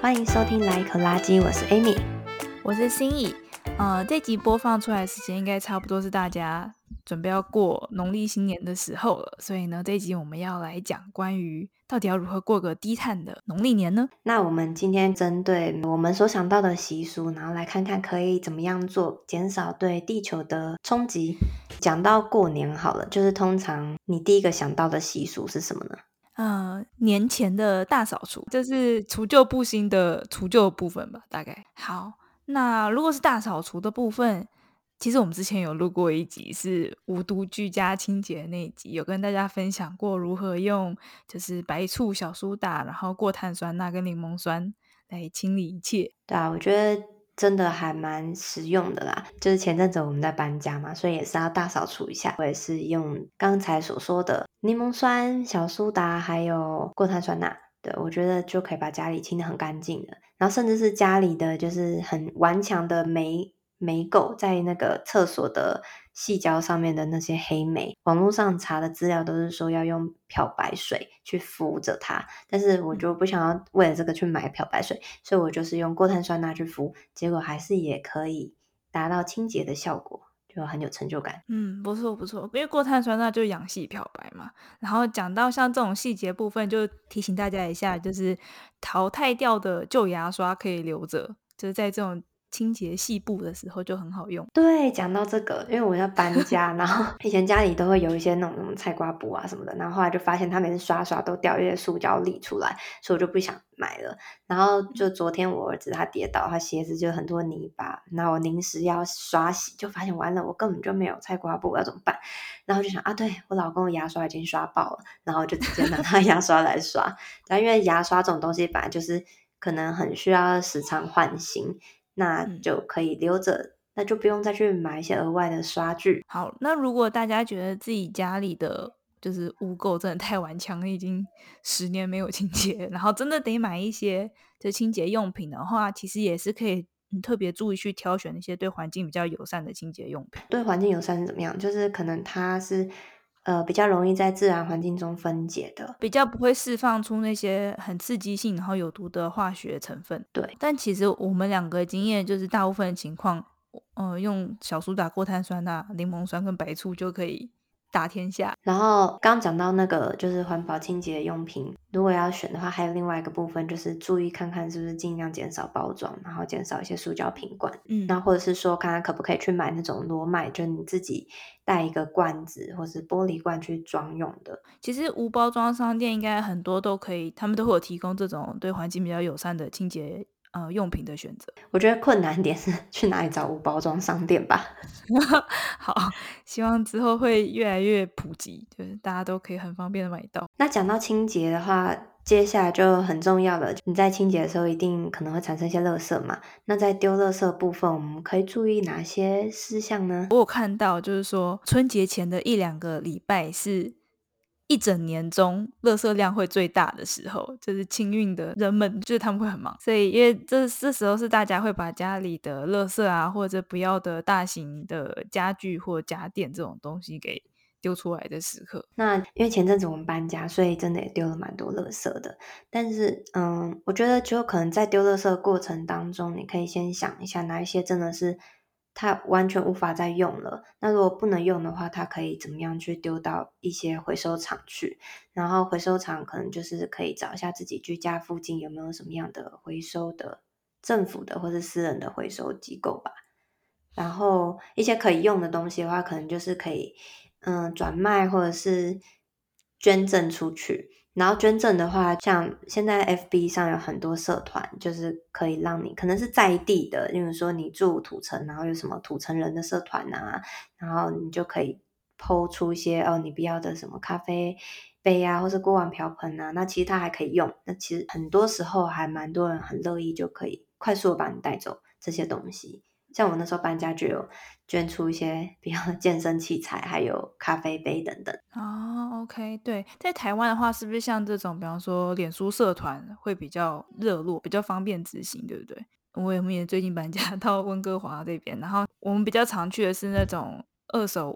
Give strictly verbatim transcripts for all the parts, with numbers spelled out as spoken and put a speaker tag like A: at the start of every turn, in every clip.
A: 欢迎收听来一口垃圾，我是 Amy，
B: 我是心怡。呃，这集播放出来的时间应该差不多是大家准备要过农历新年的时候了，所以呢，这一集我们要来讲关于到底要如何过个低碳的农历年呢？
A: 那我们今天针对我们所想到的习俗，然后来看看可以怎么样做，减少对地球的冲击。讲到过年好了，就是通常你第一个想到的习俗是什么呢？
B: 呃，年前的大扫除，这是除旧布新的除旧的部分吧，大概。好，那如果是大扫除的部分，其实我们之前有录过一集是无毒居家清洁那一集，有跟大家分享过如何用就是白醋、小苏打，然后过碳酸钠跟柠檬酸来清理一切。
A: 对啊，我觉得真的还蛮实用的啦。就是前阵子我们在搬家嘛，所以也是要大扫除一下。我也是用刚才所说的柠檬酸、小苏打还有过碳酸钠，对，我觉得就可以把家里清得很干净了。然后甚至是家里的就是很顽强的霉霉垢，在那个厕所的细胶上面的那些黑霉，网络上查的资料都是说要用漂白水去敷着它，但是我就不想要为了这个去买漂白水，所以我就是用过碳酸钠去敷，结果还是也可以达到清洁的效果，就很有成就感。
B: 嗯，不错不错，因为过碳酸钠就是氧系漂白嘛。然后讲到像这种细节部分，就提醒大家一下，就是淘汰掉的旧牙刷可以留着，就是在这种清洁细部的时候就很好用。
A: 对，讲到这个，因为我要搬家，然后以前家里都会有一些那种什么菜瓜布啊什么的，然后后来就发现它每次刷刷都掉一些塑胶粒出来，所以我就不想买了。然后就昨天我儿子他跌倒，他鞋子就很多泥巴，然后我临时要刷洗，就发现完了，我根本就没有菜瓜布，要怎么办？然后就想啊，对，我老公的牙刷已经刷爆了，然后就直接拿他的牙刷来刷。然后因为牙刷这种东西本来就是可能很需要时常换新。那
B: 嗯，
A: 就可以留着，那就不用再去买一些额外的刷具。
B: 好，那如果大家觉得自己家里的就是污垢真的太顽强了，已经十年没有清洁，然后真的得买一些就清洁用品的话，其实也是可以嗯特别注意去挑选一些对环境比较友善的清洁用品。
A: 对环境友善是怎么样？就是可能它是呃比较容易在自然环境中分解的。
B: 比较不会释放出那些很刺激性，然后有毒的化学成分。
A: 对，
B: 但其实我们两个经验就是大部分的情况，呃，用小苏打、过碳酸钠、柠檬酸跟白醋就可以打天下。
A: 然后刚刚讲到那个就是环保清洁用品，如果要选的话，还有另外一个部分就是注意看看是不是尽量减少包装，然后减少一些塑胶瓶罐。
B: 嗯，
A: 那或者是说看看可不可以去买那种裸买，就你自己带一个罐子或是玻璃罐去装用的。
B: 其实无包装商店应该很多都可以，他们都会有提供这种对环境比较友善的清洁呃用品的选择。
A: 我觉得困难点是去哪里找无包装商店吧。
B: 好，希望之后会越来越普及，就是大家都可以很方便的买到。
A: 那讲到清洁的话，接下来就很重要了。你在清洁的时候，一定可能会产生一些垃圾嘛。那在丢垃圾部分，我们可以注意哪些事项呢？
B: 我有看到，就是说春节前的一两个礼拜是一整年中垃圾量会最大的时候，就是清运的人们，就是他们会很忙，所以因为这这时候是大家会把家里的垃圾啊，或者不要的大型的家具或家电这种东西给丢出来的时刻。
A: 那因为前阵子我们搬家，所以真的也丢了蛮多垃圾的。但是，嗯，我觉得就可能在丢垃圾的过程当中，你可以先想一下哪一些真的是它完全无法再用了。那如果不能用的话，它可以怎么样去丢到一些回收厂去？然后回收厂可能就是可以找一下自己居家附近有没有什么样的回收的政府的或是私人的回收机构吧。然后一些可以用的东西的话，可能就是可以嗯转卖或者是捐赠出去。然后捐赠的话，像现在 F B 上有很多社团，就是可以让你可能是在地的，例如说你住土城，然后有什么土城人的社团啊，然后你就可以 po 出一些哦你不要的什么咖啡杯啊，或是锅碗瓢盆啊，那其实它还可以用。那其实很多时候还蛮多人很乐意就可以快速的把你带走这些东西。像我那时候搬家就有捐出一些比较健身器材，还有咖啡杯等等。
B: 哦，OK，对，在台湾的话，是不是像这种，比方说脸书社团会比较热络，比较方便执行，对不对？我们也最近搬家到温哥华这边，然后我们比较常去的是那种二手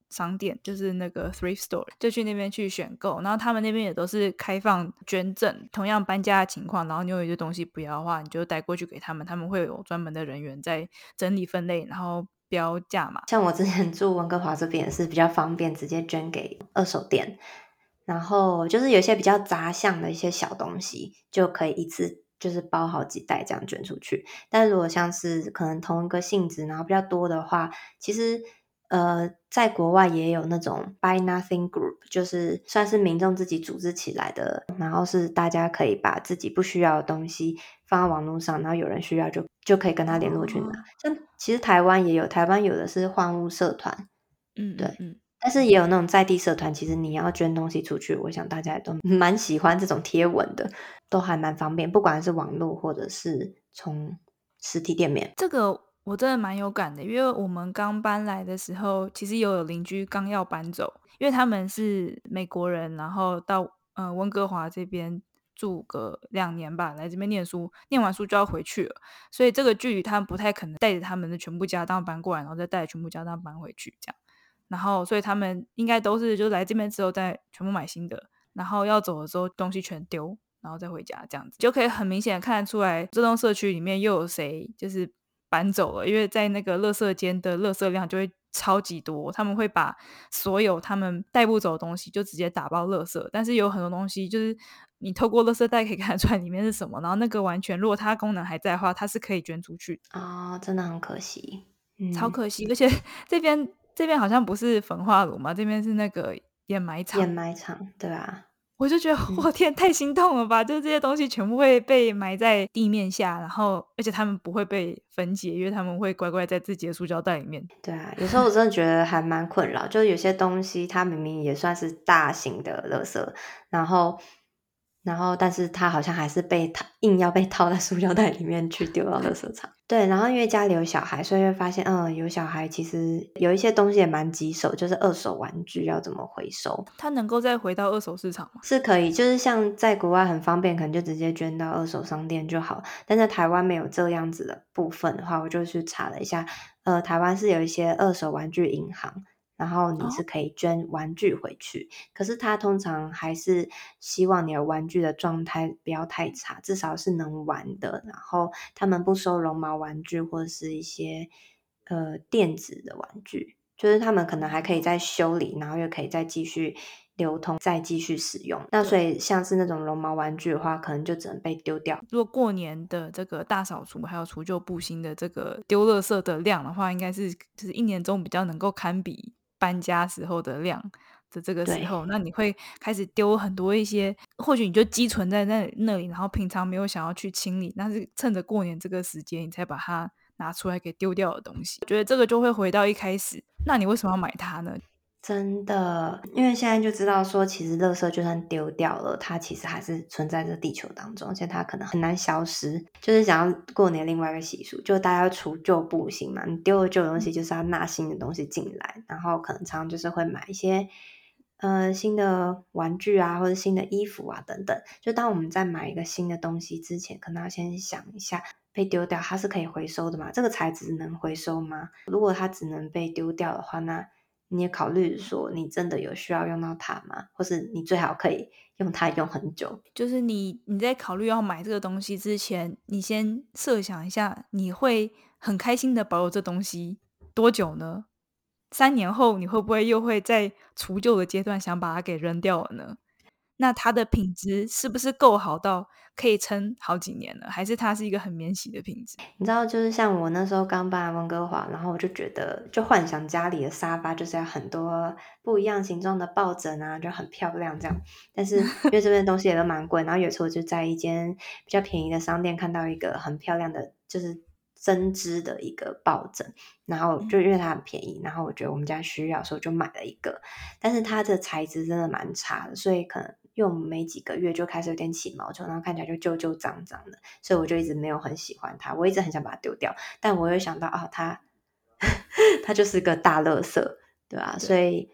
B: 商店，就是那个 thrift store， 就去那边去选购，然后他们那边也都是开放捐赠，同样搬家的情况，然后你有一些东西不要的话，你就带过去给他们，他们会有专门的人员在整理分类，然后标价码。
A: 像我之前住温哥华这边也是比较方便，直接捐给二手店，然后就是有一些比较杂项的一些小东西，就可以一次就是包好几袋这样捐出去。但如果像是可能同一个性质，然后比较多的话，其实呃，在国外也有那种 Buy Nothing Group， 就是算是民众自己组织起来的，然后是大家可以把自己不需要的东西放在网络上，然后有人需要就就可以跟他联络去拿。
B: 哦
A: 像其实台湾也有，台湾有的是换物社团，对。
B: 嗯嗯嗯，
A: 但是也有那种在地社团，其实你要捐东西出去，我想大家也都蛮喜欢这种贴文的，都还蛮方便，不管是网络或者是从实体店面。
B: 这个我真的蛮有感的，因为我们刚搬来的时候，其实也有邻居刚要搬走，因为他们是美国人，然后到呃温哥华这边住个两年吧，来这边念书，念完书就要回去了，所以这个距离他们不太可能带着他们的全部家当搬过来，然后再带着全部家当搬回去这样。然后所以他们应该都是就来这边之后再全部买新的，然后要走的时候东西全丢，然后再回家这样子，就可以很明显的看得出来这栋社区里面又有谁就是搬走了，因为在那个垃圾间的垃圾量就会超级多，他们会把所有他们带不走的东西就直接打包垃圾，但是有很多东西就是你透过垃圾袋可以看得出来里面是什么，然后那个完全如果它功能还在的话，它是可以捐出去，
A: 哦，真的很可惜。嗯，
B: 超可惜。而且这边这边好像不是焚化炉嘛，这边是那个掩埋
A: 燕
B: 场。
A: 麦场，对啊，
B: 我就觉得
A: 嗯，
B: 我天，太心痛了吧！就是这些东西全部会被埋在地面下，然后而且它们不会被分解，因为它们会乖乖在自己的塑胶袋里面。
A: 对啊，有时候我真的觉得还蛮困扰，就是有些东西它明明也算是大型的垃圾，然后然后但是它好像还是被套硬要被套在塑胶袋里面去丢到垃圾场。对，然后因为家里有小孩，所以会发现，嗯，有小孩其实有一些东西也蛮棘手，就是二手玩具要怎么回收。
B: 它能够再回到二手市场吗？
A: 是可以，就是像在国外很方便，可能就直接捐到二手商店就好。但在台湾没有这样子的部分的话，我就去查了一下，呃，台湾是有一些二手玩具银行，然后你是
B: 哦，
A: 可以捐玩具回去，可是他通常还是希望你的玩具的状态不要太差，至少是能玩的。然后他们不收绒毛玩具或是一些呃电子的玩具。就是他们可能还可以再修理，然后又可以再继续流通，再继续使用。那所
B: 对。
A: 以像是那种绒毛玩具的话，可能就只能被丢掉。
B: 如果过年的这个大扫除，还有除旧布新的这个丢垃圾的量的话，应该是就是一年中比较能够堪比搬家时候的量的这个时
A: 对，
B: 候，那你会开始丢很多一些，或许你就积存在那那里，然后平常没有想要去清理，但是趁着过年这个时间，你才把它拿出来给丢掉的东西。我觉得这个就会回到一开始，那你为什么要买它呢？
A: 真的，因为现在就知道说，其实垃圾就算丢掉了，它其实还是存在这地球当中，而且它可能很难消失。就是想要过年另外一个习俗，就大家要除旧布新嘛，你丢了旧的东西，就是要纳新的东西进来，然后可能常常就是会买一些呃新的玩具啊，或者新的衣服啊等等。就当我们在买一个新的东西之前，可能要先想一下。被丢掉，它是可以回收的吗？这个材质能回收吗？如果它只能被丢掉的话，那你也考虑说，你真的有需要用到它吗？或是你最好可以用它用很久。
B: 就是你你在考虑要买这个东西之前，你先设想一下，你会很开心的保有这东西多久呢？三年后你会不会又会在除旧的阶段想把它给扔掉了呢？那它的品质是不是够好到可以撑好几年了？还是它是一个很免洗的品质？
A: 你知道，就是像我那时候刚搬来温哥华，然后我就觉得，就幻想家里的沙发就是要很多不一样形状的抱枕啊，就很漂亮这样。但是因为这边的东西也都蛮贵，然后有一次我就在一间比较便宜的商店看到一个很漂亮的，就是针织的一个抱枕，然后就因为它很便宜，然后我觉得我们家需要，所以我就买了一个。但是它的材质真的蛮差的，所以可能用没几个月就开始有点起毛球，然后看起来就旧旧脏脏的。所以我就一直没有很喜欢它，我一直很想把它丢掉，但我又想到啊，它它就是个大垃圾，对吧、啊？所
B: 对。
A: 以，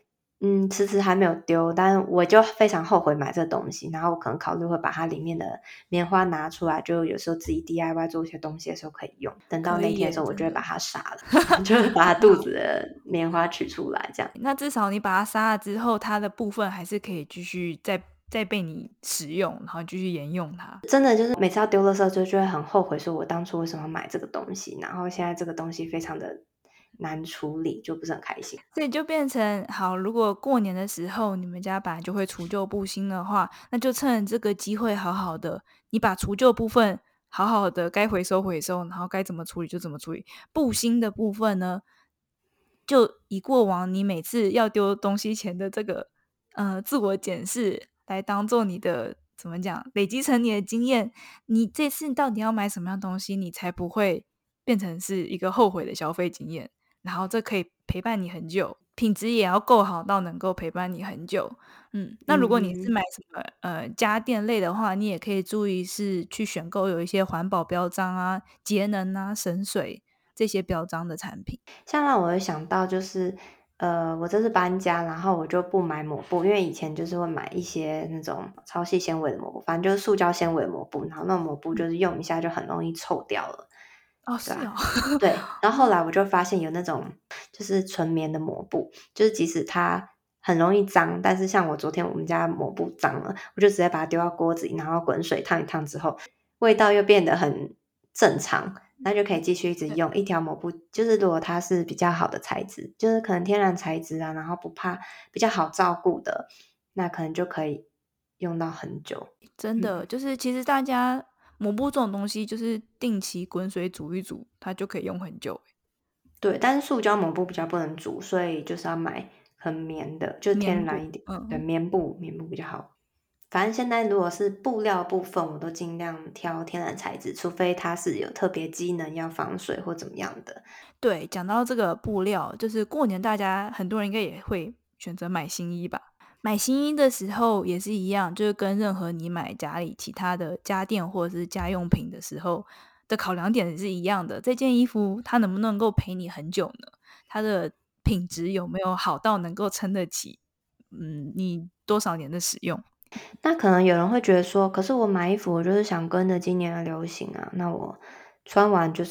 A: 嗯，迟迟还没有丢，但我就非常后悔买这东西，然后我可能考虑会把它里面的棉花拿出来，就有时候自己 D I Y 做一些东西的时候可以用。等到
B: 可以耶，
A: 那天的时候，我
B: 真的。
A: 就会把它杀了，然后就会把它肚子的棉花取出来，这样。
B: 那至少你把它杀了之后，它的部分还是可以继续再再被你使用，然后继续沿用它。
A: 真的就是每次要丢垃圾就就会很后悔，说我当初为什么买这个东西，然后现在这个东西非常的难处理，就不是很开心。
B: 所以就变成好，如果过年的时候你们家本来就会除旧布新的话，那就趁这个机会好好的，你把除旧部分好好的该回收回收，然后该怎么处理就怎么处理。布新的部分呢，就以过往你每次要丢东西前的这个呃自我检视来当做你的怎么讲，累积成你的经验。你这次到底要买什么样东西，你才不会变成是一个后悔的消费经验。然后这可以陪伴你很久，品质也要够好到能够陪伴你很久。嗯，那如果你是
A: 嗯哼。
B: 买什么呃家电类的话，你也可以注意是去选购有一些环保标章啊、节能啊、省水这些标章的产品。
A: 像让我会想到就是，呃，我这次搬家，然后我就不买抹布，因为以前就是会买一些那种超细纤维的抹布，反正就是塑胶纤维抹布，然后那种抹布就是用一下就很容易臭掉了，
B: 哦，
A: 对啊，
B: 是哦。
A: 对。然后后来我就发现有那种就是纯棉的抹布，就是即使它很容易脏，但是像我昨天我们家抹布脏了，我就直接把它丢到锅子里，然后滚水烫一烫之后，味道又变得很正常，那就可以继续一直
B: 对，
A: 用一条抹布。就是如果它是比较好的材质，就是可能天然材质啊，然后不怕比较好照顾的，那可能就可以用到很久。
B: 真的
A: 嗯，
B: 就是其实大家抹布这种东西，就是定期滚水煮一煮，它就可以用很久。
A: 对。但是塑胶抹布比较不能煮，所以就是要买很棉的，就是天
B: 棉布，
A: 然一点。对，
B: 嗯。
A: 棉布棉布比较好。反正现在如果是布料部分，我都尽量挑天然材质，除非它是有特别机能要防水或怎么样的。
B: 对，讲到这个布料，就是过年大家很多人应该也会选择买新衣吧。买新衣的时候也是一样，就是跟任何你买家里其他的家电或者是家用品的时候的考量点是一样的。这件衣服它能不能够陪你很久呢？它的品质有没有好到能够撑得起，嗯，你多少年的使用？
A: 那可能有人会觉得说，可是我买衣服，我就是想跟着今年的流行啊。那我穿完就是，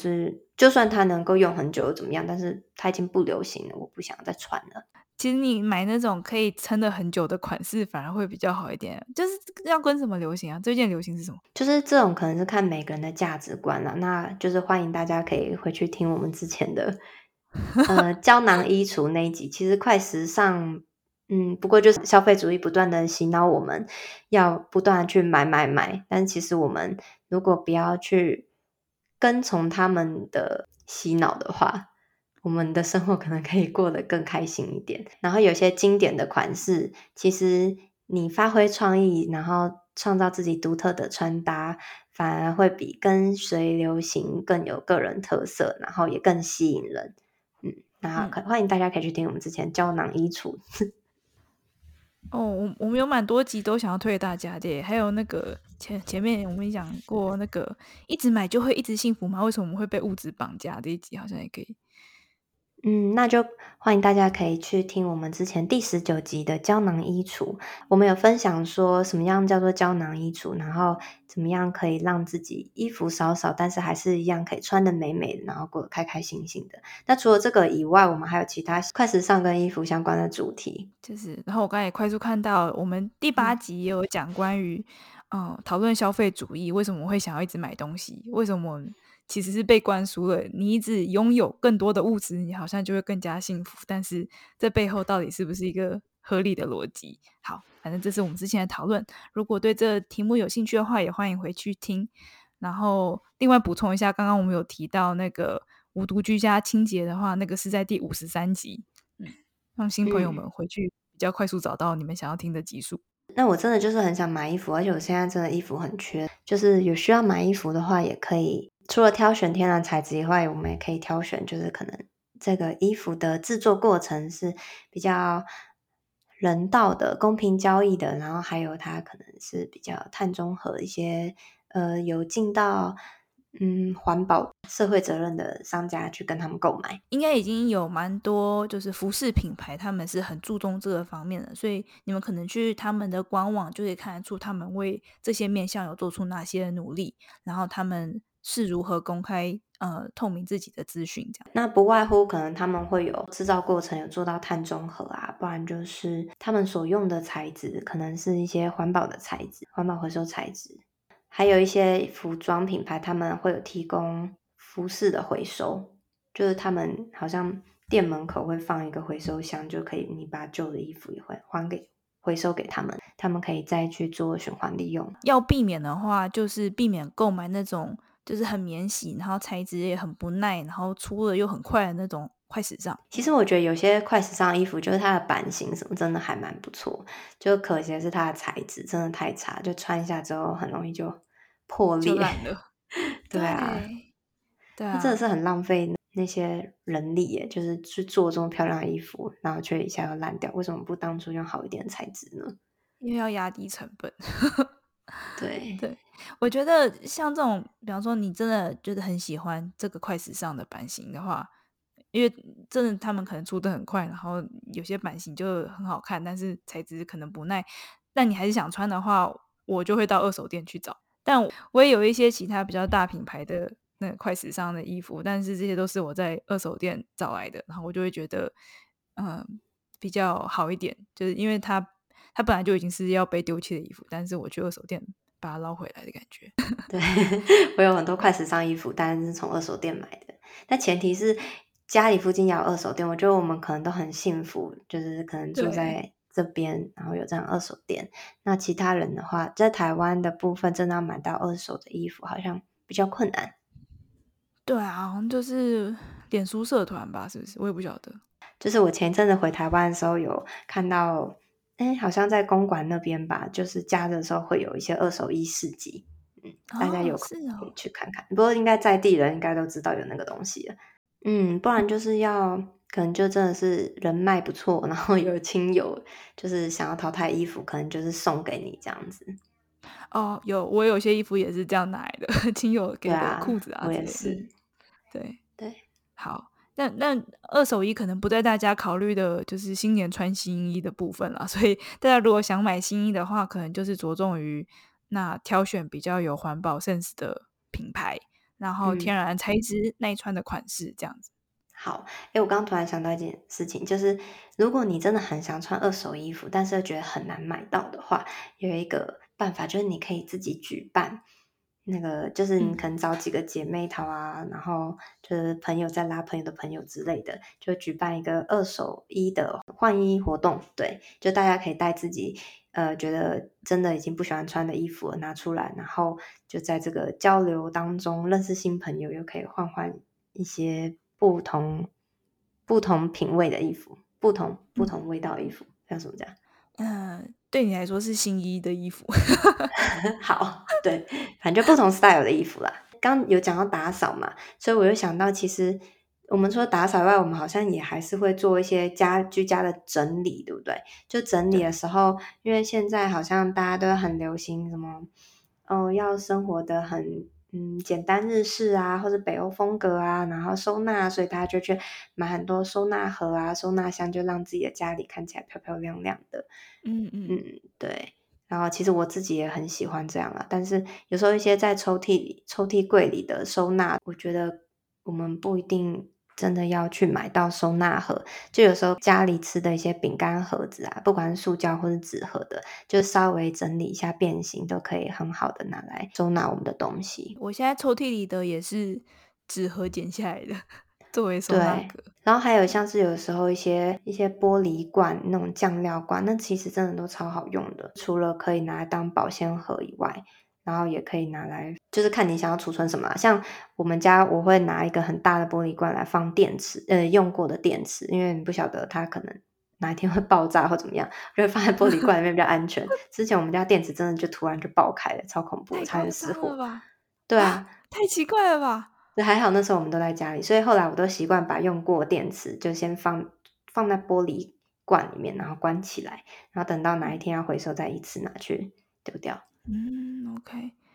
A: 就算它能够用很久又怎么样？但是它已经不流行了，我不想再穿了。
B: 其实你买那种可以撑得很久的款式，反而会比较好一点。就是要跟什么流行啊？最近流行是什么？
A: 就是这种可能是看每个人的价值观啦，那就是欢迎大家可以回去听我们之前的呃胶囊衣橱那一集，其实快时尚，嗯，不过就是消费主义不断的洗脑我们，要不断的去买买买，但其实我们如果不要去跟从他们的洗脑的话，我们的生活可能可以过得更开心一点。然后有些经典的款式，其实你发挥创意，然后创造自己独特的穿搭，反而会比跟随流行更有个人特色，然后也更吸引人。嗯，那
B: 嗯。
A: 可欢迎大家可以去听我们之前胶囊衣橱。
B: 哦，我我们有蛮多集都想要推给大家的耶，还有那个前前面我们讲过那个一直买就会一直幸福吗？为什么我们会被物质绑架这一集好像也可以。
A: 嗯，那就欢迎大家可以去听我们之前第十九集的胶囊衣橱，我们有分享说什么样叫做胶囊衣橱，然后怎么样可以让自己衣服少少，但是还是一样可以穿得美美的，然后过得开开心心的。那除了这个以外，我们还有其他快时尚跟衣服相关的主题。
B: 就是，然后我刚才也快速看到，我们第八
A: 嗯。
B: 集也有讲关于，嗯，讨论消费主义，为什么我会想要一直买东西？为什么其实是被灌输了，你一直拥有更多的物质，你好像就会更加幸福。但是这背后到底是不是一个合理的逻辑？好，反正这是我们之前的讨论。如果对这题目有兴趣的话，也欢迎回去听。然后另外补充一下，刚刚我们有提到那个无毒居家清洁的话，那个是在第五十三集。嗯。让新朋友
A: 嗯。
B: 们回去比较快速找到你们想要听的集数。
A: 那我真的就是很想买衣服，而且我现在真的衣服很缺，就是有需要买衣服的话，也可以除了挑选天然材质以外，我们也可以挑选，就是可能这个衣服的制作过程是比较人道的、公平交易的，然后还有它可能是比较碳中和一些，呃，有进到嗯环保社会责任的商家去跟他们购买。
B: 应该已经有蛮多就是服饰品牌，他们是很注重这个方面的，所以你们可能去他们的官网就可以看得出他们为这些面向有做出哪些努力，然后他们是如何公开呃透明自己的资讯这样。
A: 那不外乎可能他们会有制造过程有做到碳中和啊，不然就是他们所用的材质可能是一些环保的材质，环保回收材质。还有一些服装品牌，他们会有提供服饰的回收，就是他们好像店门口会放一个回收箱，就可以你把旧的衣服也会还给回收给他们，他们可以再去做循环利用。
B: 要避免的话，就是避免购买那种就是很免洗，然后材质也很不耐，然后出了又很快的那种快时尚。
A: 其实我觉得有些快时尚衣服，就是它的版型什么真的还蛮不错，就可惜的是它的材质真的太差，就穿下之后很容易就破
B: 就
A: 裂。
B: 烂了。
A: 对啊，
B: 对，对
A: 那真的
B: 啊，
A: 是很浪费那些人力耶，就是去做这么漂亮的衣服，然后却一下要烂掉，为什么不当初用好一点的材质呢？
B: 因为要压低成本。
A: 对，
B: 对，我觉得像这种，比方说你真的觉得很喜欢这个快时尚的版型的话，因为真的他们可能出的很快，然后有些版型就很好看，但是材质可能不耐，但你还是想穿的话，我就会到二手店去找。但我也有一些其他比较大品牌的那个快时尚的衣服，但是这些都是我在二手店找来的，然后我就会觉得，嗯，比较好一点，就是因为它它本来就已经是要被丢弃的衣服，但是我去二手店把它捞回来的感觉。
A: 对，我有很多快时尚衣服，但是从二手店买的。但前提是家里附近要有二手店，我觉得我们可能都很幸福，就是可能住
B: 对，
A: 在这边，然后有这样二手店。那其他人的话，在台湾的部分，真的要买到二手的衣服，好像比较困难。
B: 对啊，好像就是脸书社团吧，是不是？我也不晓得。
A: 就是我前一阵子回台湾的时候，有看到，哎，好像在公馆那边吧，就是假日的时候会有一些二手衣市集，嗯，大家
B: 哦，
A: 有空
B: 是哦。
A: 可以去看看。不过应该在地人应该都知道有那个东西了，嗯，不然就是要可能就真的是人脉不错，然后有亲友就是想要淘汰衣服，可能就是送给你这样子。
B: 哦，有，我有些衣服也是这样拿来的，亲友给的
A: 对啊，
B: 裤子啊
A: 我
B: 之类，嗯，
A: 也是，
B: 对。
A: 对。
B: 好，那那二手衣可能不在大家考虑的，就是新年穿新衣的部分啦。所以大家如果想买新衣的话，可能就是着重于那挑选比较有环保 sense 的品牌，然后
A: 嗯。
B: 天然材质、耐穿的款式这样子。
A: 好，诶，我刚刚突然想到一件事情，就是如果你真的很想穿二手衣服，但是又觉得很难买到的话，有一个办法，就是你可以自己举办，那个就是你
B: 嗯，
A: 可能找几个姐妹淘啊，然后就是朋友再拉朋友的朋友之类的，就举办一个二手衣的换衣活动。对，就大家可以带自己呃觉得真的已经不喜欢穿的衣服了拿出来，然后就在这个交流当中认识新朋友，又可以换换一些不同不同品味的衣服，不同不
B: 嗯。
A: 同味道的衣服，像什么这样？
B: 嗯，对你来说是新衣的衣服。
A: 好，对，反正不同 style 的衣服啦。刚有讲到打扫嘛，所以我就想到，其实我们除了打扫以外，我们好像也还是会做一些家居家的整理，对不对？就整理的
B: 对，
A: 时候，因为现在好像大家都很流行什么，哦，要生活的很嗯简单日式啊，或者北欧风格啊，然后收纳，所以大家就去买很多收纳盒啊、收纳箱，就让自己的家里看起来漂漂亮亮的。
B: 嗯嗯。
A: 嗯，对。然后其实我自己也很喜欢这样啊，但是有时候一些在抽屉里、抽屉柜里的收纳，我觉得我们不一定真的要去买到收纳盒，就有时候家里吃的一些饼干盒子啊，不管是塑胶或是纸盒的，就稍微整理一下变形，都可以很好的拿来收纳我们的东西。
B: 我现在抽屉里的也是纸盒剪下来的，作为收纳
A: 对，
B: 格。
A: 然后还有像是有时候一些一些玻璃罐那种酱料罐，那其实真的都超好用的。除了可以拿来当保鲜盒以外，然后也可以拿来，就是看你想要储存什么啊。像我们家我会拿一个很大的玻璃罐来放电池，呃，用过的电池，因为你不晓得它可能哪一天会爆炸或怎么样，就会放在玻璃罐里面比较安全。之前我们家电池真的就突然就爆开了，超恐怖的，差
B: 太夸
A: 点失火。
B: 张了吧？啊，
A: 对啊，
B: 太奇怪了吧？
A: 对，还好那时候我们都在家里，所以后来我都习惯把用过的电池就先放放在玻璃罐里面，然后关起来，然后等到哪一天要回收再一次拿去丢掉。
B: 嗯，OK。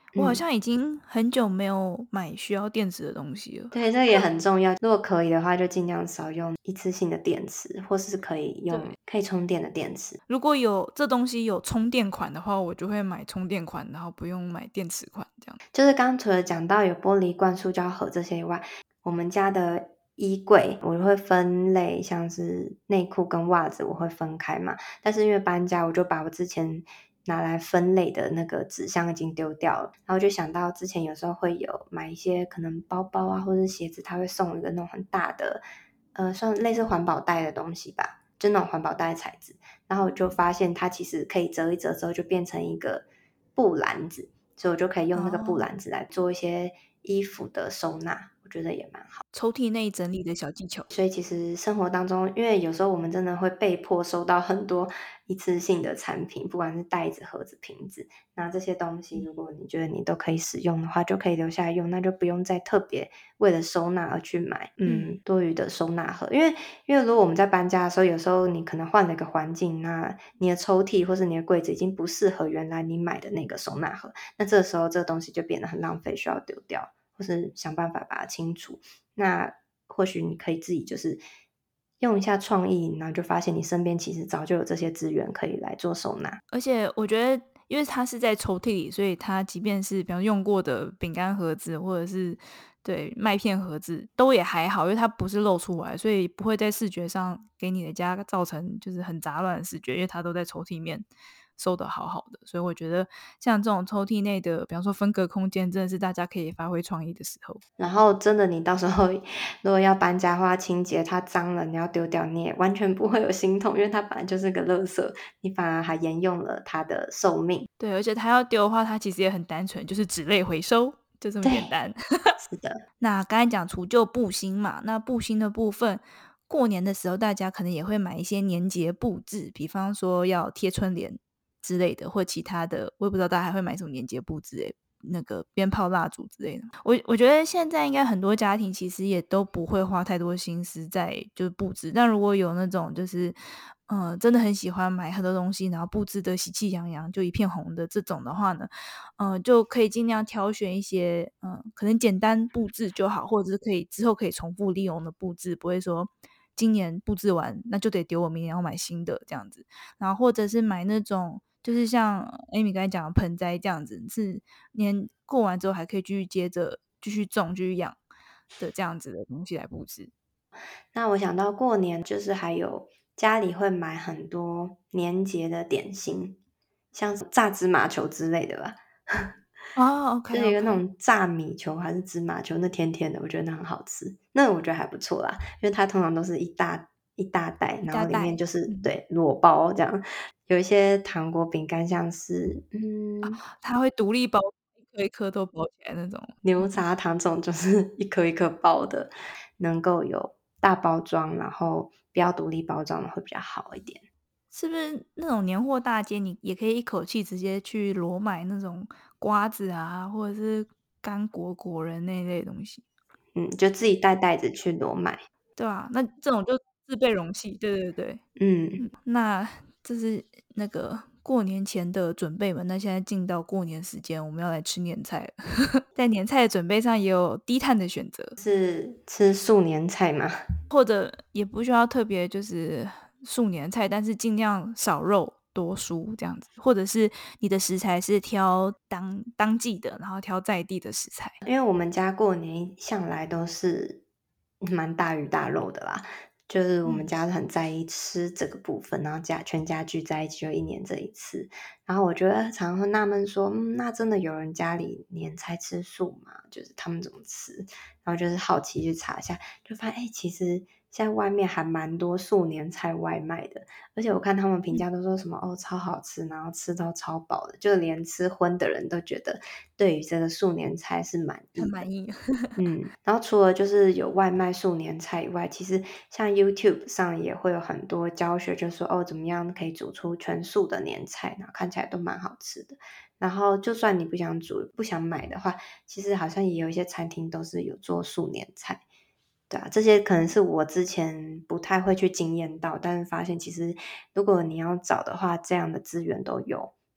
B: 我好
A: 嗯。
B: 像已经很久没有买需要电池的东西了。
A: 对，这个也很重要。如果可以的话，就尽量少用一次性的电池，或是可以用
B: 对，
A: 可以充电的电池。
B: 如果有这东西有充电款的话，我就会买充电款，然后不用买电池款这样。
A: 就是刚除了讲到有玻璃罐、塑胶盒这些以外，我们家的衣柜我会分类，像是内裤跟袜子我会分开嘛。但是因为搬家，我就把我之前拿来分类的那个纸箱已经丢掉了，然后就想到之前有时候会有买一些可能包包啊或者是鞋子，它会送一个那种很大的，呃，算类似环保袋的东西吧，就那种环保袋的材质。然后我就发现它其实可以折一折之后就变成一个布篮子，所以我就可以用那个布
B: 哦，
A: 篮子来做一些衣服的收纳，我觉得也蛮好。
B: 抽屉内整理的小技巧。
A: 所以其实生活当中，因为有时候我们真的会被迫收到很多一次性的产品，不管是袋子、盒子、瓶子，那这些东西如果你觉得你都可以使用的话，就可以留下来用，那就不用再特别为了收纳而去买
B: 嗯，
A: 嗯多余的收纳盒。因为因为如果我们在搬家的时候，有时候你可能换了一个环境，那你的抽屉或是你的柜子已经不适合原来你买的那个收纳盒，那这时候这个东西就变得很浪费，需要丢掉，或是想办法把它清除。那或许你可以自己就是用一下创意，然后就发现你身边其实早就有这些资源可以来做收纳。
B: 而且我觉得，因为它是在抽屉里，所以它即便是比方用过的饼干盒子，或者是对麦片盒子，都也还好，因为它不是露出来，所以不会在视觉上给你的家造成就是很杂乱的视觉，因为它都在抽屉里面收的好好的。所以我觉得像这种抽屉内的，比方说分隔空间，真的是大家可以发挥创意的时候。
A: 然后真的你到时候如果要搬家或清洁，它脏了，你要丢掉，你也完全不会有心痛，因为它本来就是个垃圾，你反而还沿用了它的寿命。
B: 对，而且它要丢的话，它其实也很单纯，就是纸类回收，就这么简
A: 对，
B: 单。
A: 是的。
B: 那刚才讲除旧布新嘛，那布新的部分，过年的时候大家可能也会买一些年节布置，比方说要贴春联之类的，或其他的，我也不知道大家还会买什么年节布置诶，那个鞭炮、蜡烛之类的。我我觉得现在应该很多家庭其实也都不会花太多心思在就是布置，但如果有那种就是嗯，呃真的很喜欢买很多东西，然后布置的喜气洋洋，就一片红的这种的话呢，嗯，就可以尽量挑选一些，嗯，可能简单布置就好，或者是可以之后可以重复利用的布置，不会说今年布置完那就得丢，我明年要买新的这样子。然后或者是买那种就是像 Amy 刚才讲的盆栽这样子，是年过完之后还可以继续接着继续种、继续养的这样子的东西来布置。
A: 那我想到过年就是还有家里会买很多年节的点心，像是炸芝麻球之类的吧。
B: 哦
A: 就是一个那
B: ，OK，OK。
A: 种炸米球还是芝麻球，那甜甜的，我觉得那很好吃。那我觉得还不错啦，因为它通常都是一大一大袋，然后里面
B: 一大袋，
A: 就是
B: 嗯。
A: 对裸包这样。有一些糖果饼干，像是嗯
B: 它会独立包，一颗一颗都包起来那种。
A: 牛
B: 嗯。
A: 轧糖这种，就是一颗一颗包的，能够有大包装，然后不要独立包装的会比较好一点。
B: 是不是那种年货大街，你也可以一口气直接去裸买那种瓜子啊，或者是干果、果仁那一类的东西，
A: 嗯，就自己带袋子去裸买。
B: 对啊，那这种就自备容器，对对对。
A: 嗯。
B: 嗯，那这是那个过年前的准备嘛，那现在进到过年时间，我们要来吃年菜了。在年菜的准备上也有低碳的选择。
A: 是吃素年菜吗？
B: 或者也不需要特别就是素年菜，但是尽量少肉多蔬这样子，或者是你的食材是挑当当季的，然后挑在地的食材。
A: 因为我们家过年向来都是蛮大鱼大肉的啦，就是我们
B: 嗯，
A: 家很在意吃这个部分，然后家全家聚在一起就一年这一次。然后我觉得常常会纳闷说，嗯，那真的有人家里年菜吃素吗？就是他们怎么吃？然后就是好奇去查一下，就发现哎、诶其实现在外面还蛮多素年菜外卖的，而且我看他们评
B: 嗯，
A: 价都说什么哦超好吃，然后吃到超饱的，就连吃荤的人都觉得对于这个素年菜是满意的。
B: 很满意。
A: 嗯，然后除了就是有外卖素年菜以外，其实像 YouTube 上也会有很多教学，就说哦怎么样可以煮出全素的年菜，然后看起来都蛮好吃的。然后就算你不想煮、不想买的话，其实好像也有一些餐厅都是有做素年菜。对啊，这些可能是我之前不太会去经验到，但是发现其实如果你要找的话，这样的资源都有。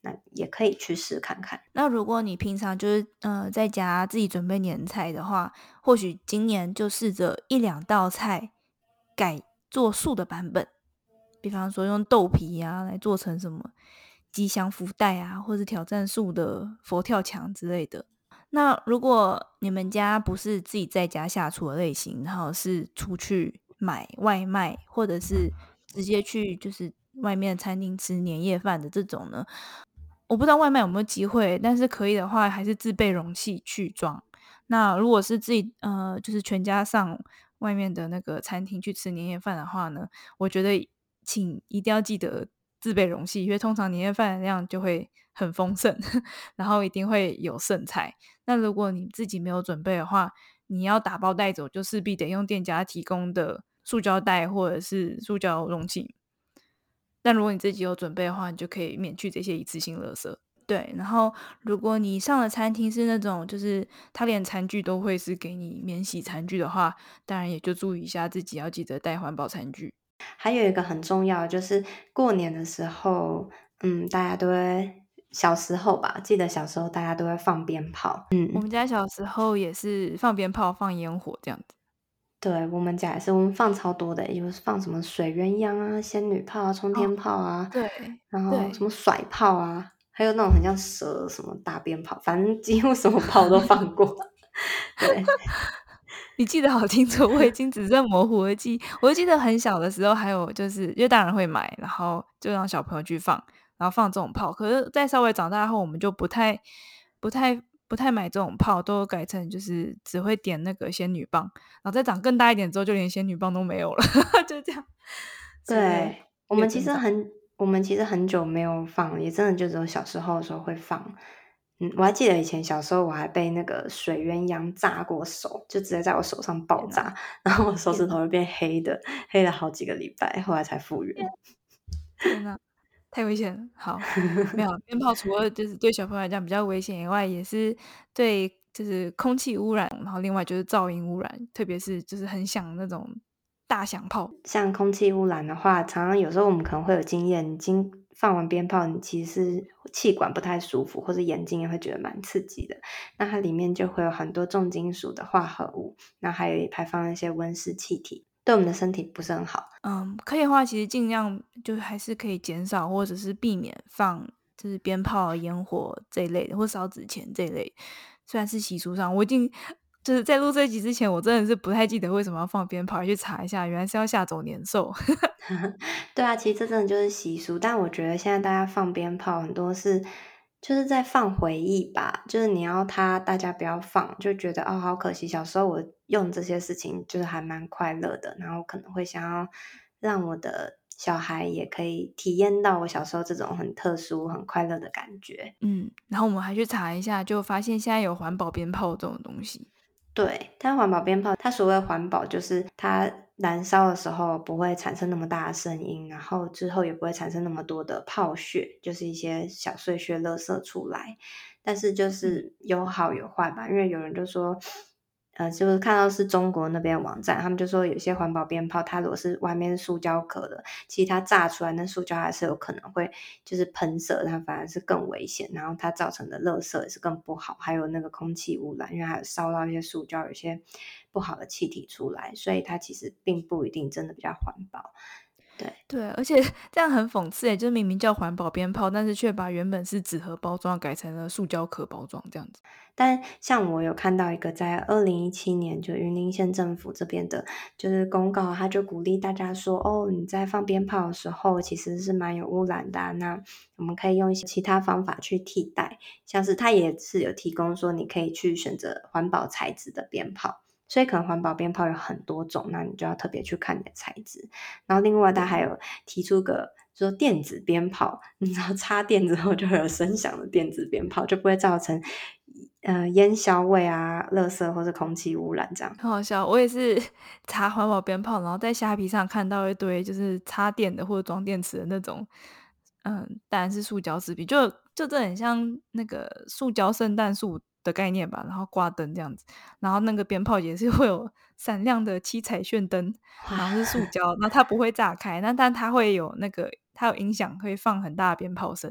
A: 那也可以去试看看。
B: 那如果你平常就是呃在家自己准备年菜的话，或许今年就试着一两道菜改做素的版本，比方说用豆皮啊来做成什么吉祥福袋啊，或是挑战素的佛跳墙之类的。那如果你们家不是自己在家下厨的类型，然后是出去买外卖，或者是直接去就是外面餐厅吃年夜饭的这种呢，我不知道外卖有没有机会，但是可以的话还是自备容器去装。那如果是自己呃，就是全家上外面的那个餐厅去吃年夜饭的话呢，我觉得请一定要记得自备容器，因为通常年夜饭的量就会很丰盛，然后一定会有剩菜。那如果你自己没有准备的话，你要打包带走，就势必得用店家提供的塑胶袋或者是塑胶容器。但如果你自己有准备的话，你就可以免去这些一次性垃圾。对，然后如果你上的餐厅是那种，就是他连餐具都会是给你免洗餐具的话，当然也就注意一下自己要记得带环保餐具。
A: 还有一个很重要，就是过年的时候，嗯，大家都会小时候吧，记得小时候大家都会放鞭炮。
B: 我们家小时候也是放鞭炮、放烟火这样子。
A: 对，我们家也是，我们放超多的，有放什么水鸳鸯啊、仙女炮啊、冲
B: 哦，
A: 天炮啊，
B: 对
A: 然后什
B: 对，
A: 么甩炮啊，还有那种很像蛇什么大鞭炮，反正几乎什么炮都放过。对，
B: 你记得好清楚，我已经只剩模糊的记忆。我就记得很小的时候，还有就是因为大人会买，然后就让小朋友去放，然后放这种炮。可是再稍微长大后，我们就不太、不太、不太买这种炮，都改成就是只会点那个仙女棒。然后再长更大一点之后，就连仙女棒都没有了，就这样。随着
A: 对，我们其
B: 越增长，
A: 实很我们其实很久没有放，也真的就只有小时候的时候会放。嗯，我还记得以前小时候我还被那个水鸳鸯炸过手，就直接在我手上爆
B: 天哪，
A: 炸，然后我手
B: 天哪，
A: 指头就变黑的，黑了好几个礼拜，后来才复原。
B: 天哪！太危险了。好，没有鞭炮除了就是对小朋友来讲比较危险以外，也是对就是空气污染，然后另外就是噪音污染，特别是就是很响那种大响炮。
A: 像空气污染的话，常常有时候我们可能会有经验，经放完鞭炮，你其实是气管不太舒服，或者眼睛也会觉得蛮刺激的。那它里面就会有很多重金属的化合物，那还有排放一些温室气体，对我们的身体不是很好。
B: 嗯，可以的话，其实尽量就还是可以减少或者是避免放就是鞭炮、烟火这一类的，或烧纸钱这一类。虽然是习俗上，我已经就是在录这一集之前，我真的是不太记得为什么要放鞭炮，去查一下，原来是要吓走年兽。
A: 对啊，其实这真的就是习俗，但我觉得现在大家放鞭炮很多是就是在放回忆吧，就是你要他大家不要放，就觉得哦好可惜，小时候我用这些事情就是还蛮快乐的，然后可能会想要让我的小孩也可以体验到我小时候这种很特殊、很快乐的感觉。
B: 嗯，然后我们还去查一下，就发现现在有环保鞭炮这种东西。
A: 对，但环保鞭炮它所谓环保，就是它燃烧的时候不会产生那么大的声音，然后之后也不会产生那么多的炮屑，就是一些小碎屑、垃圾出来。但是就
B: 嗯，
A: 是有好有坏吧，因为有人就说，呃，就是看到是中国那边的网站，他们就说有些环保鞭炮，它如果是外面是塑胶壳的，其实它炸出来那塑胶还是有可能会就是喷射，它反而是更危险，然后它造成的垃圾也是更不好，还有那个空气污染，因为还有烧到一些塑胶，有一些不好的气体出来，所以它其实并不一定真的比较环保。对。
B: 对，而且这样很讽刺诶，就是明明叫环保鞭炮，但是却把原本是纸盒包装改成了塑胶壳包装这样子。
A: 但像我有看到一个在二零一七年就云林县政府这边的，就是公告，他就鼓励大家说，哦，你在放鞭炮的时候其实是蛮有污染的啊，那我们可以用一些其他方法去替代，像是他也是有提供说你可以去选择环保材质的鞭炮。所以可能环保鞭炮有很多种，那你就要特别去看你的材质。然后另外他还有提出个说电子鞭炮，你知道插电之后就会有声响的电子鞭炮，就不会造成呃烟硝味啊、垃圾或是空气污染这样。
B: 很好笑，我也是查环保鞭炮，然后在虾皮上看到一堆就是插电的或者装电池的那种，嗯，当然是塑胶制品，就就这很像那个塑胶圣诞树的概念吧，然后挂灯这样子，然后那个鞭炮也是会有闪亮的七彩炫灯，然后是塑胶，那它不会炸开，那但它会有那个它有音响，会放很大的鞭炮声，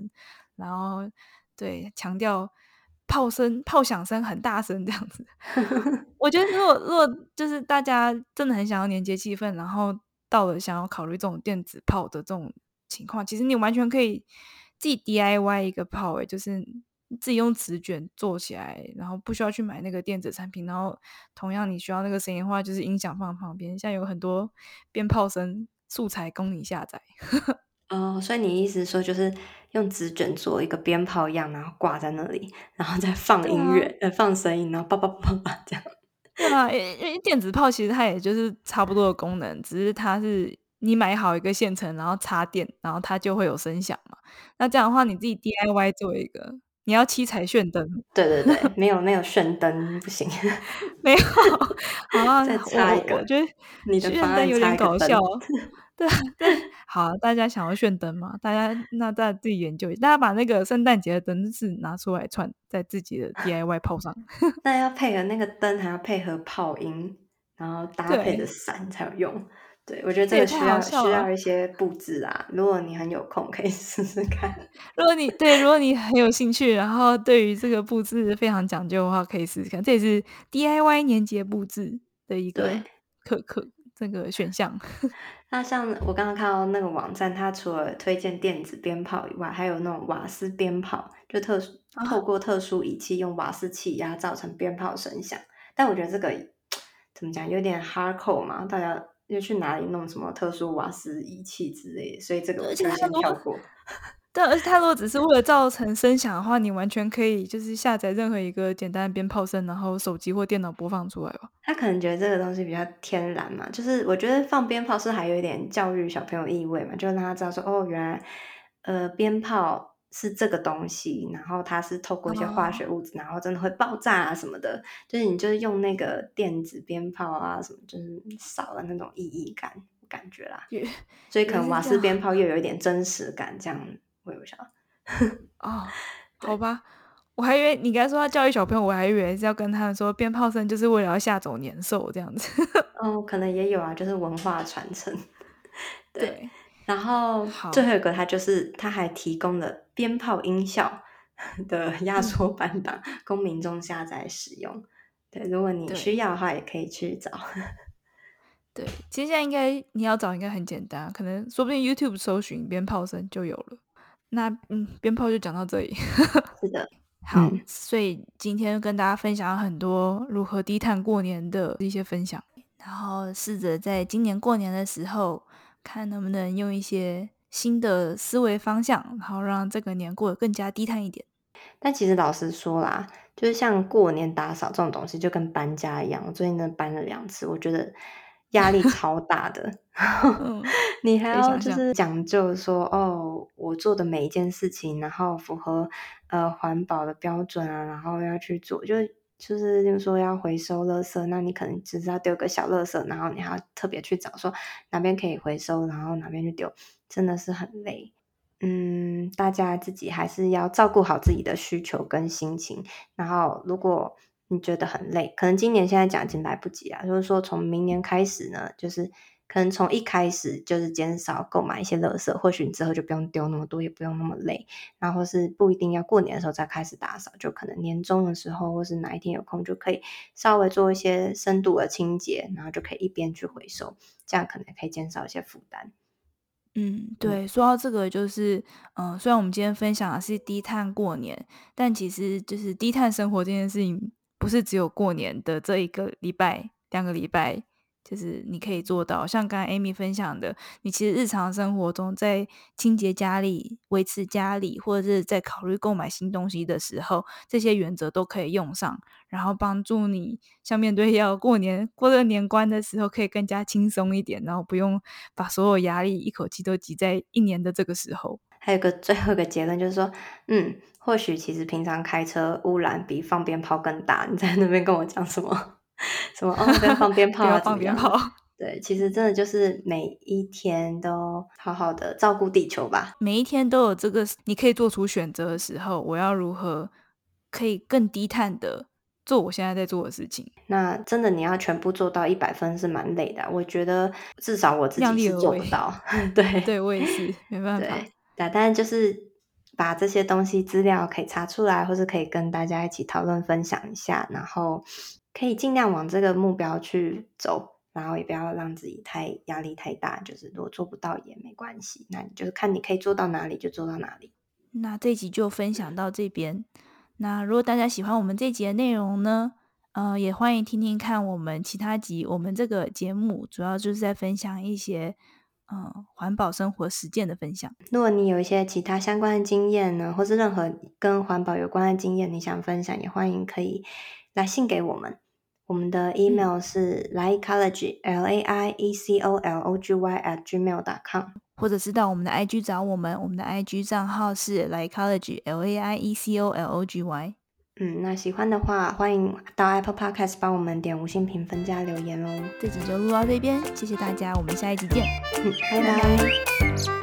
B: 然后对强调炮声炮响声很大声这样子。我觉得如果如果就是大家真的很想要年节气氛，然后到了想要考虑这种电子炮的这种情况，其实你完全可以自己 D I Y 一个炮欸，就是自己用纸卷做起来，然后不需要去买那个电子产品，然后同样你需要那个声音的话，就是音响放旁边，现在有很多鞭炮声素材供你下载。
A: 哦，所以你意思说就是用纸卷做一个鞭炮一样，然后挂在那里，然后再放
B: 对啊。
A: 音乐，呃，放声音，然后叭叭叭叭这样。
B: 对啊，因为因为电子炮其实它也就是差不多的功能，只是它是你买好一个现成，然后插电，然后它就会有声响嘛。那这样的话你自己 D I Y 做一个，你要七彩炫灯。
A: 对对对，没有没有炫灯不行。
B: 没有，好啊，
A: 再
B: 我
A: 插一个，
B: 我我觉得
A: 你的方
B: 炫灯有
A: 案插一个
B: 点搞笑。
A: 灯。
B: 对啊，对，好啊，大家想要炫灯吗？大家那大家自己研究一下，大家把那个圣诞节的灯饰拿出来串在自己的 D I Y 炮上。
A: 那要配合那个灯，还要配合炮音，然后搭配着
B: 对，
A: 伞才有用。对，我觉得这个
B: 这也太
A: 需要需
B: 好笑了。
A: 要一些布置啊，如果你很有空可以试试看。
B: 如果你对，如果你很有兴趣，然后对于这个布置非常讲究的话，可以试试看，这也是 D I Y 年节布置的一
A: 对。
B: 个可可这个选项。
A: 那像我刚刚看到那个网站，它除了推荐电子鞭炮以外，还有那种瓦斯鞭炮，就特殊透
B: 啊，
A: 过特殊仪器用瓦斯气压造成鞭炮声响。但我觉得这个怎么讲，有点 hardcore 嘛，大家又去哪里弄什么特殊瓦斯仪器之类的，所以这个
B: 而
A: 我就先
B: 且它如果
A: 跳过。
B: 对，而且它如果只是为了造成声响的话，你完全可以就是下载任何一个简单的鞭炮声，然后手机或电脑播放出来吧。
A: 他可能觉得这个东西比较天然嘛，就是我觉得放鞭炮是还有一点教育小朋友意味嘛，就让他知道说，哦，原来呃鞭炮是这个东西，然后它是透过一些化学
B: 哦，
A: 物质，然后真的会爆炸啊什么的，就是你就是用那个电子鞭炮啊什么，就是少了那种意义感感觉啦，
B: 原
A: 所以可能瓦斯
B: 原来是这样。
A: 鞭炮又有一点真实感，这样我也不晓得。
B: 哦，好
A: 对。
B: 吧，我还以为你刚才说他教育小朋友，我还以为是要跟他们说鞭炮声就是为了要吓走年兽这样子。
A: 哦，可能也有啊，就是文化传承。对，
B: 对，
A: 然后最
B: 好，
A: 后一个它就是它还提供了鞭炮音效的压
B: 嗯，
A: 缩版档，供民众下载使用。对，如果你需
B: 对。
A: 要的话，也可以去找。
B: 对，其实现在应该你要找应该很简单啊，可能说不定 YouTube 搜寻鞭炮声就有了。那嗯，鞭炮就讲到这里。
A: 是的。
B: 好，
A: 嗯。
B: 所以今天跟大家分享了很多如何低碳过年的一些分享，然后试着在今年过年的时候，看能不能用一些新的思维方向，然后让这个年过得更加低碳一点。
A: 但其实老实说啦，就是像过年打扫这种东西，就跟搬家一样，我最近真的搬了两次，我觉得压力超大的。
B: 嗯，
A: 你还
B: 可以想象。
A: 要就是讲究说，哦，我做的每一件事情，然后符合呃环保的标准啊，然后要去做，就就是例如说要回收垃圾，那你可能只是要丢个小垃圾，然后你还要特别去找说哪边可以回收，然后哪边去丢，真的是很累。嗯，大家自己还是要照顾好自己的需求跟心情。然后，如果你觉得很累，可能今年现在讲已经来不及啊。就是说，从明年开始呢，就是可能从一开始就是减少购买一些垃圾，或许你之后就不用丢那么多，也不用那么累。然后是不一定要过年的时候再开始打扫，就可能年终的时候，或是哪一天有空，就可以稍微做一些深度的清洁，然后就可以一边去回收，这样可能可以减少一些负担。
B: 嗯，
A: 嗯。
B: 对，说到这个就是，嗯、虽然我们今天分享的是低碳过年，但其实就是低碳生活这件事情，不是只有过年的这一个礼拜、两个礼拜，就是你可以做到。像刚才 Amy 分享的，你其实日常生活中在清洁家里、维持家里，或者是在考虑购买新东西的时候，这些原则都可以用上。然后帮助你像面对要过年过这个年关的时候，可以更加轻松一点，然后不用把所有压力一口气都挤在一年的这个时候。
A: 还有个最后一个结论就是说，嗯，或许其实平常开车污染比放鞭炮更大。你在那边跟我讲什么什么哦，不要放鞭炮啊，
B: 不要
A: 怎么样的？
B: 放鞭炮。
A: 对，其实真的就是每一天都好好的照顾地球吧。
B: 每一天都有这个你可以做出选择的时候，我要如何可以更低碳的做我现在在做的事情，
A: 那真的你要全部做到一百分是蛮累的啊，我觉得至少我自己是
B: 量力而为。
A: 做不到。对。
B: 对，我也是，没办法。
A: 对，对，但是就是把这些东西资料可以查出来，或是可以跟大家一起讨论分享一下，然后可以尽量往这个目标去走，然后也不要让自己太压力太大，就是如果做不到也没关系，那你就是看你可以做到哪里就做到哪里。
B: 那这集就分享到这边。那如果大家喜欢我们这集的内容呢，呃，也欢迎听听看我们其他集。我们这个节目主要就是在分享一些呃环保生活实践的分享。
A: 如果你有一些其他相关的经验呢，或是任何跟环保有关的经验你想分享，也欢迎可以来信给我们。我们的 email 是 laicology l a i e c o l o g y at gmail dot com，
B: 或者是到我们的 I G 找我们，我们的 I G 账号是 laicology l a i e c o l o g y。
A: 嗯，那喜欢的话，欢迎到 Apple Podcast 帮我们点五星评分加留言哦。
B: 这集就录到这边，谢谢大家，我们下一集见。
A: 嗯，拜拜。